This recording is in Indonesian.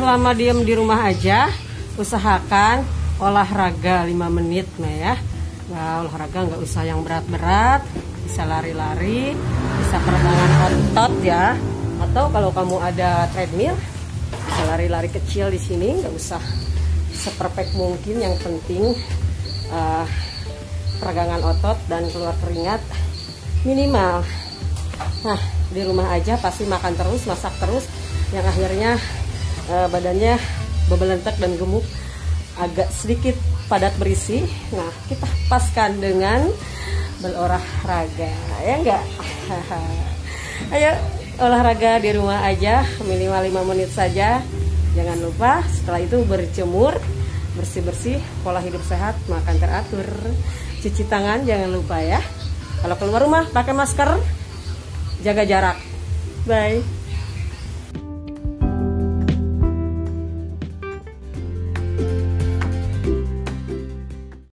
selama diem di rumah aja, usahakan olahraga 5 menit ya. Nah, olahraga nggak usah yang berat-berat, bisa lari-lari, bisa peregangan otot ya. Atau kalau kamu ada treadmill, bisa lari-lari kecil di sini, nggak usah seperfect mungkin. Yang penting peregangan otot dan keluar keringat minimal. Nah, di rumah aja pasti makan terus, masak terus, yang akhirnya badannya bebelentek dan gemuk, agak sedikit padat berisi. Nah, kita paskan dengan berolahraga, ya enggak? Ayo olahraga di rumah aja, minimal 5 menit saja. Jangan lupa setelah itu berjemur, bersih-bersih, pola hidup sehat, makan teratur, cuci tangan jangan lupa ya. Kalau keluar rumah pakai masker, jaga jarak. Bye.